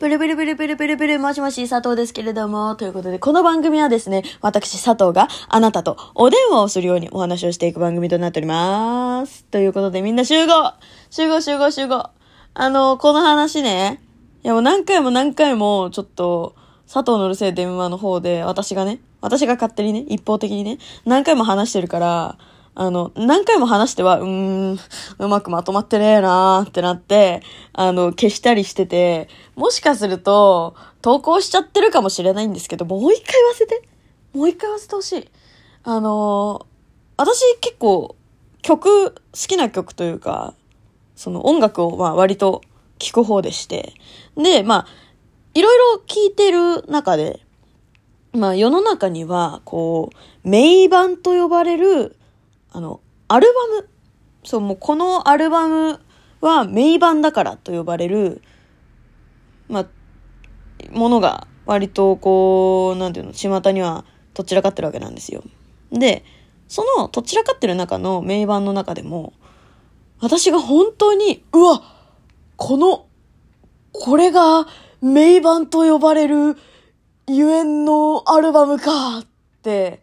ブルブルブルブルブルブル、もしもし佐藤ですけれども、ということで、この番組はですね、私佐藤があなたとお電話をするようにお話をしていく番組となっております。ということで、みんな集合。この話ね、いやもう何回も、ちょっと、佐藤のうるせえ電話の方で、私が勝手にね、一方的にね、何回も話してるから、何回も話しては、うまくまとまってねえなーってなって、消したりしてて、もしかすると、投稿しちゃってるかもしれないんですけど、もう一回言わせてほしい。私結構、好きな曲というか、その音楽を割と聴く方でして、で、いろいろ聴いてる中で、世の中には、名盤と呼ばれる、アルバム。そう、もうこのアルバムは名盤だからと呼ばれる、ものが割と巷にはとっちらかってるわけなんですよ。で、そのとっちらかってる中の名盤の中でも、私が本当に、これが名盤と呼ばれるゆえんのアルバムかって、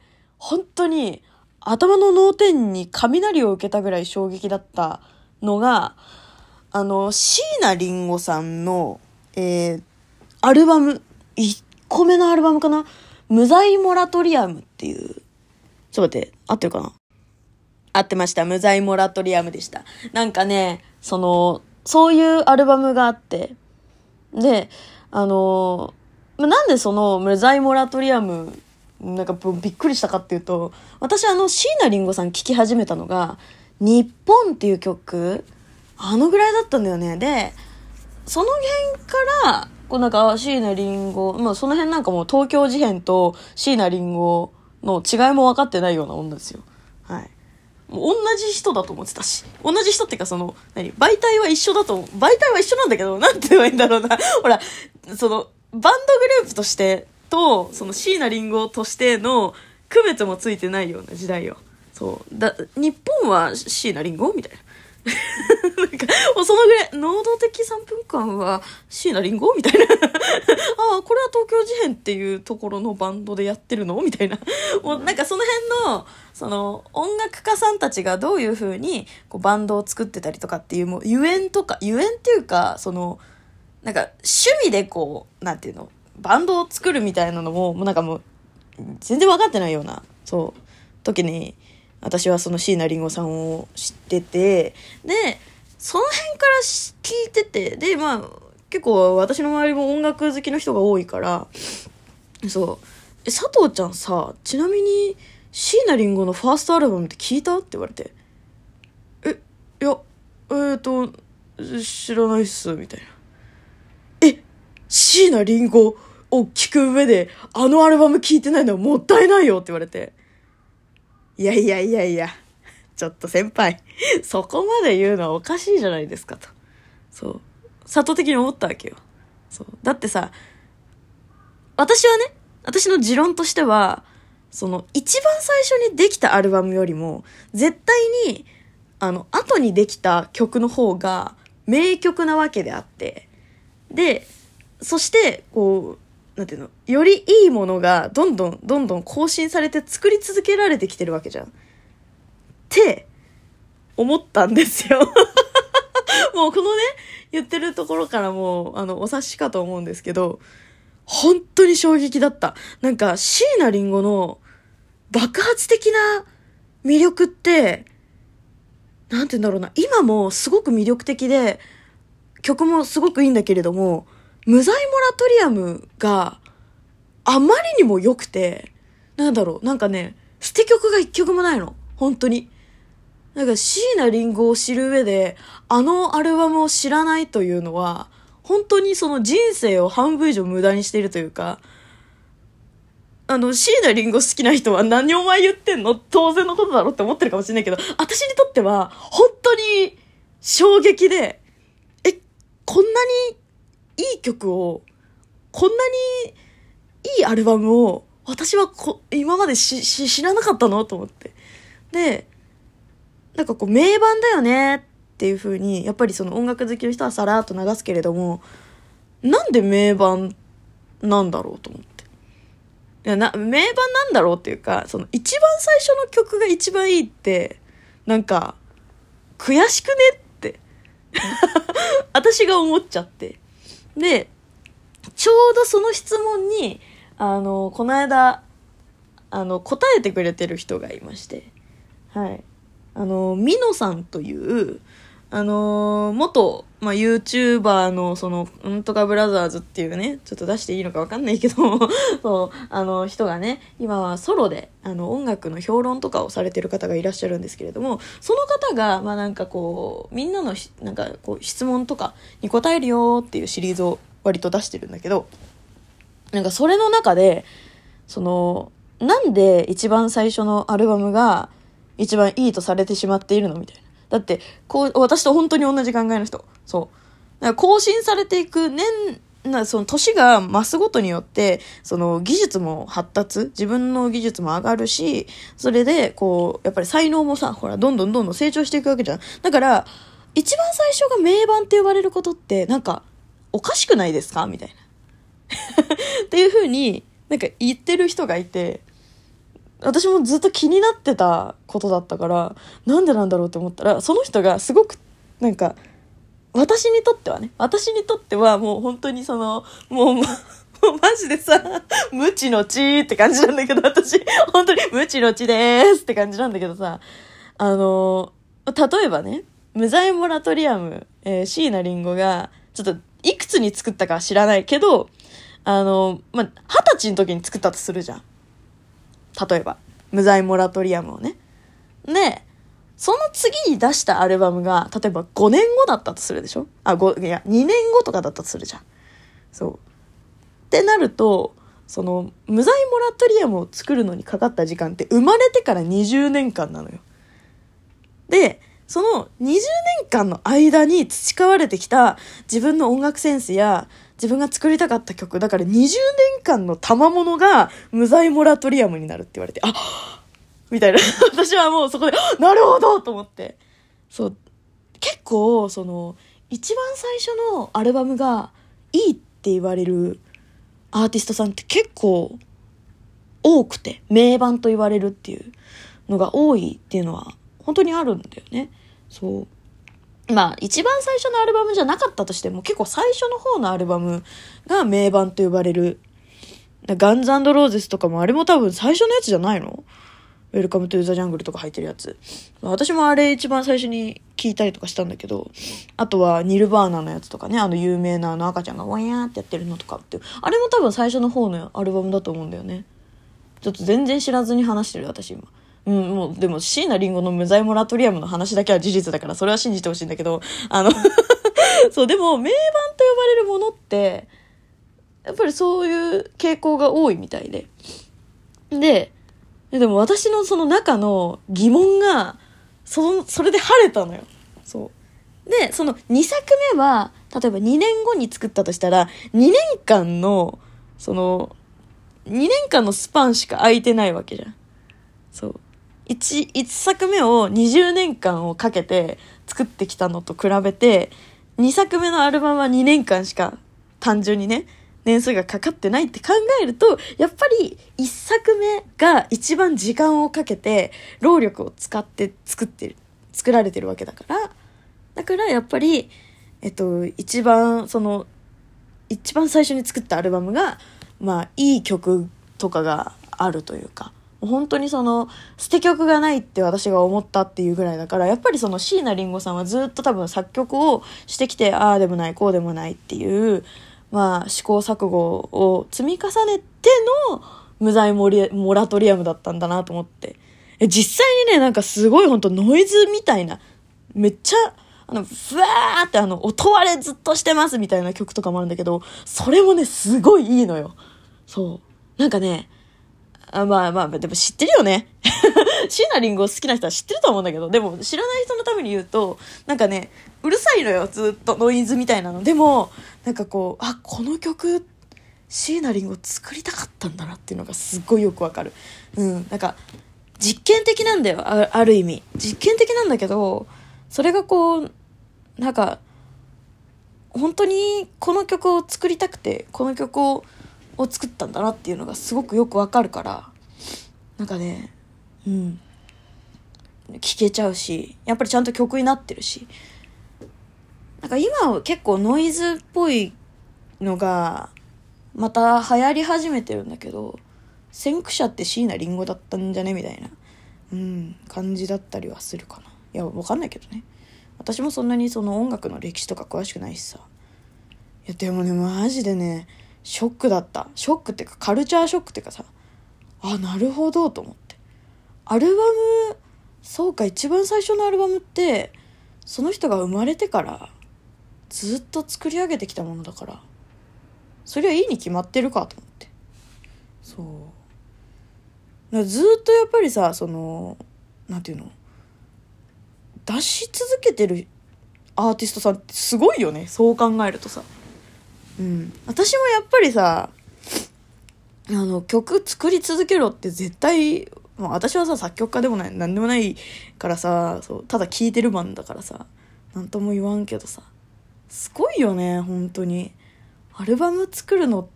本当に頭の脳天に雷を受けたぐらい衝撃だったのが、椎名林檎さんの、アルバム、1個目のアルバムかな？無罪モラトリアムっていう、ちょっと待って、合ってるかな？合ってました。無罪モラトリアムでした。なんかね、そういうアルバムがあって、で、なんでその無罪モラトリアムびっくりしたかっていうと、私椎名林檎さん聴き始めたのが日本っていう曲、ぐらいだったんだよね。で、その辺から椎名林檎、その辺もう東京事変と椎名林檎の違いも分かってないような女ですよ。はい。もう同じ人だと思ってたし、同じ人っていうか媒体は一緒なんだけど、なんて言えばいいんだろうな。ほら、バンドグループとしてと、椎名林檎としての区別もついてないような時代よ。そう。日本は椎名林檎みたいな。もうそのぐらい、能動的3分間は椎名林檎みたいな。これは東京事変っていうところのバンドでやってるのみたいな。もうその辺の、音楽家さんたちがどういう風にバンドを作ってたりとかっていう、もうゆえんっていうか、趣味でなんていうの、バンドを作るみたいなのも、もう全然分かってないような、時に、私はその椎名林檎さんを知ってて、で、その辺から聞いてて、で、結構私の周りも音楽好きの人が多いから、佐藤ちゃんさ、ちなみに椎名林檎のファーストアルバムって聞いた？って言われて、いや、知らないっす、みたいな。椎名林檎を聞く上で、アルバム聞いてないのはもったいないよって言われて、いや、ちょっと先輩、そこまで言うのはおかしいじゃないですかと。そう。佐藤的に思ったわけよ。そう。だってさ、私の持論としては、一番最初にできたアルバムよりも、絶対に、後にできた曲の方が名曲なわけであって、で、そして、なんていうの、よりいいものがどんどん更新されて作り続けられてきてるわけじゃん。って思ったんですよ。もうこのね、言ってるところからもお察しかと思うんですけど、本当に衝撃だった。椎名林檎の爆発的な魅力って、なんて言うんだろうな、今もすごく魅力的で、曲もすごくいいんだけれども、無罪モラトリアムがあまりにも良くて、捨て曲が一曲もないの。本当に。椎名林檎を知る上で、アルバムを知らないというのは、本当にその人生を半分以上無駄にしているというか、椎名林檎好きな人は何お前言ってんの？当然のことだろって思ってるかもしれないけど、私にとっては、本当に衝撃で、こんなにいい曲を、こんなにいいアルバムを私は今まで知らなかったのと思って。で、名盤だよねっていう風に、やっぱりその音楽好きの人はさらっと流すけれども、 なんで名盤なんだろうと思って。名盤なんだろうっていうか、その一番最初の曲が一番いいって、なんか、悔しくねって私が思っちゃって。で、ちょうどその質問に、この間、答えてくれてる人がいまして、はい。ミノさんという、元、YouTuber の、うんとかブラザーズっていうね、ちょっと出していいのかわかんないけど、そう、人がね、今はソロで、音楽の評論とかをされてる方がいらっしゃるんですけれども、その方が、なんかこう、みんなのなんかこう、質問とかに答えるよっていうシリーズを割と出してるんだけど、なんかそれの中で、なんで一番最初のアルバムが一番いいとされてしまっているのみたいな。だって、私と本当に同じ考えの人。そう。だから更新されていくその年が増すごとによって、技術も発達、自分の技術も上がるし、それで、やっぱり才能もさ、ほら、どんどん成長していくわけじゃん。だから、一番最初が名盤って呼ばれることって、なんか、おかしくないですかみたいな。っていう風に、なんか言ってる人がいて、私もずっと気になってたことだったから、なんでなんだろうって思ったら、その人がすごく、なんか、私にとってはもう本当にもうマジでさ、無知の知って感じなんだけど、私、本当に無知の知でーすって感じなんだけどさ、例えばね、無罪モラトリアム、椎名林檎が、ちょっと、いくつに作ったかは知らないけど、20歳の時に作ったとするじゃん。例えば、無罪モラトリアムをね。で、その次に出したアルバムが、例えば5年後だったとするでしょ2年後とかだったとするじゃん。そう。ってなると、無罪モラトリアムを作るのにかかった時間って生まれてから20年間なのよ。で、その20年間の間に培われてきた自分の音楽センスや自分が作りたかった曲、だから20年間の賜物が無罪モラトリアムになるって言われて、みたいな。私はもうそこで、なるほどと思って。そう。結構、一番最初のアルバムがいいって言われるアーティストさんって結構多くて、名盤と言われるっていうのが多いっていうのは本当にあるんだよね。そう。一番最初のアルバムじゃなかったとしても、結構最初の方のアルバムが名盤と呼ばれる。ガンズ&ローゼスとかもあれも多分最初のやつじゃないの？ウェルカムトゥーザジャングルとか入ってるやつ。私もあれ一番最初に聞いたりとかしたんだけど、あとはニルバーナのやつとかね、有名な赤ちゃんがワイヤーってやってるのとかって、あれも多分最初の方のアルバムだと思うんだよね。ちょっと全然知らずに話してる私今。もう、でも、椎名林檎の無罪モラトリアムの話だけは事実だから、それは信じてほしいんだけど、そう、でも、名盤と呼ばれるものって、やっぱりそういう傾向が多いみたいで。でも私のその中の疑問が、それで晴れたのよ。そう。で、その2作目は、例えば2年後に作ったとしたら、2年間のスパンしか空いてないわけじゃん。そう。1作目を20年間をかけて作ってきたのと比べて、2作目のアルバムは2年間しか単純にね、年数がかかってないって考えると、やっぱり1作目が一番時間をかけて、労力を使って作られてるわけだから、やっぱり、一番最初に作ったアルバムが、いい曲とかがあるというか、本当に捨て曲がないって私が思ったっていうぐらいだから、やっぱり椎名林檎さんはずっと多分作曲をしてきて、ああでもないこうでもないっていう試行錯誤を積み重ねての無罪モラトリアムだったんだなと思って、実際にね、なんかすごい本当ノイズみたいな、めっちゃふわーって音割れずっとしてますみたいな曲とかもあるんだけど、それもねすごいいいのよ。そうなんかね、でも知ってるよね。椎名林檎好きな人は知ってると思うんだけど、でも知らない人のために言うと、なんかね、うるさいのよ、ずっとノイズみたいなの。でも、なんかこの曲、椎名林檎作りたかったんだなっていうのがすっごいよくわかる。なんか、実験的なんだよ、ある意味。実験的なんだけど、それがなんか、 本当にこの曲を作りたくてこの曲を作ったんだなっていうのがすごくよくわかるから、なんかね、聴けちゃうし、やっぱりちゃんと曲になってるし、なんか今は結構ノイズっぽいのがまた流行り始めてるんだけど、先駆者って椎名林檎だったんじゃねみたいな、感じだったりはするかな。いや、わかんないけどね。私もそんなにその音楽の歴史とか詳しくないしさ。いや、でもね、マジでね、ショックだった。ショックっていうか、カルチャーショックっていうかさ、あ、なるほどと思って。アルバム、そうか、一番最初のアルバムって、その人が生まれてからずっと作り上げてきたものだから、そりゃいいに決まってるかと思って。そう。だからずっとやっぱりさ、その、なんていうの、出し続けてるアーティストさんってすごいよね、そう考えるとさ。私もやっぱりさ、曲作り続けろって絶対、私はさ、作曲家でもない、なんでもないからさ、そう、ただ聴いてる番だからさ、なんとも言わんけどさ、すごいよね、本当に。アルバム作るのって、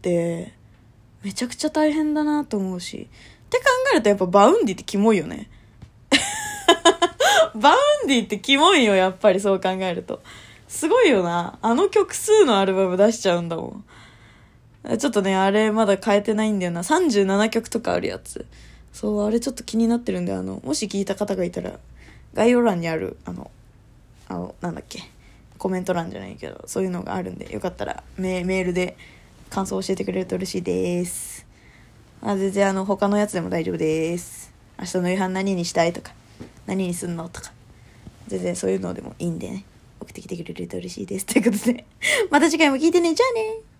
めちゃくちゃ大変だなと思うし。って考えるとやっぱバウンディってキモいよね。バウンディってキモいよ、やっぱりそう考えると。すごいよな。あの曲数のアルバム出しちゃうんだもん。ちょっとね、あれまだ変えてないんだよな。37曲とかあるやつ。そう、あれちょっと気になってるんで、もし聞いた方がいたら、概要欄にある、なんだっけ、コメント欄じゃないけど、そういうのがあるんで、よかったらメールで感想を教えてくれると嬉しいです。全然他のやつでも大丈夫です。明日の夕飯何にしたいとか、何にすんのとか、全然そういうのでもいいんでね、送ってきてくれると嬉しいです。ということで、また次回も聞いてね。じゃあね。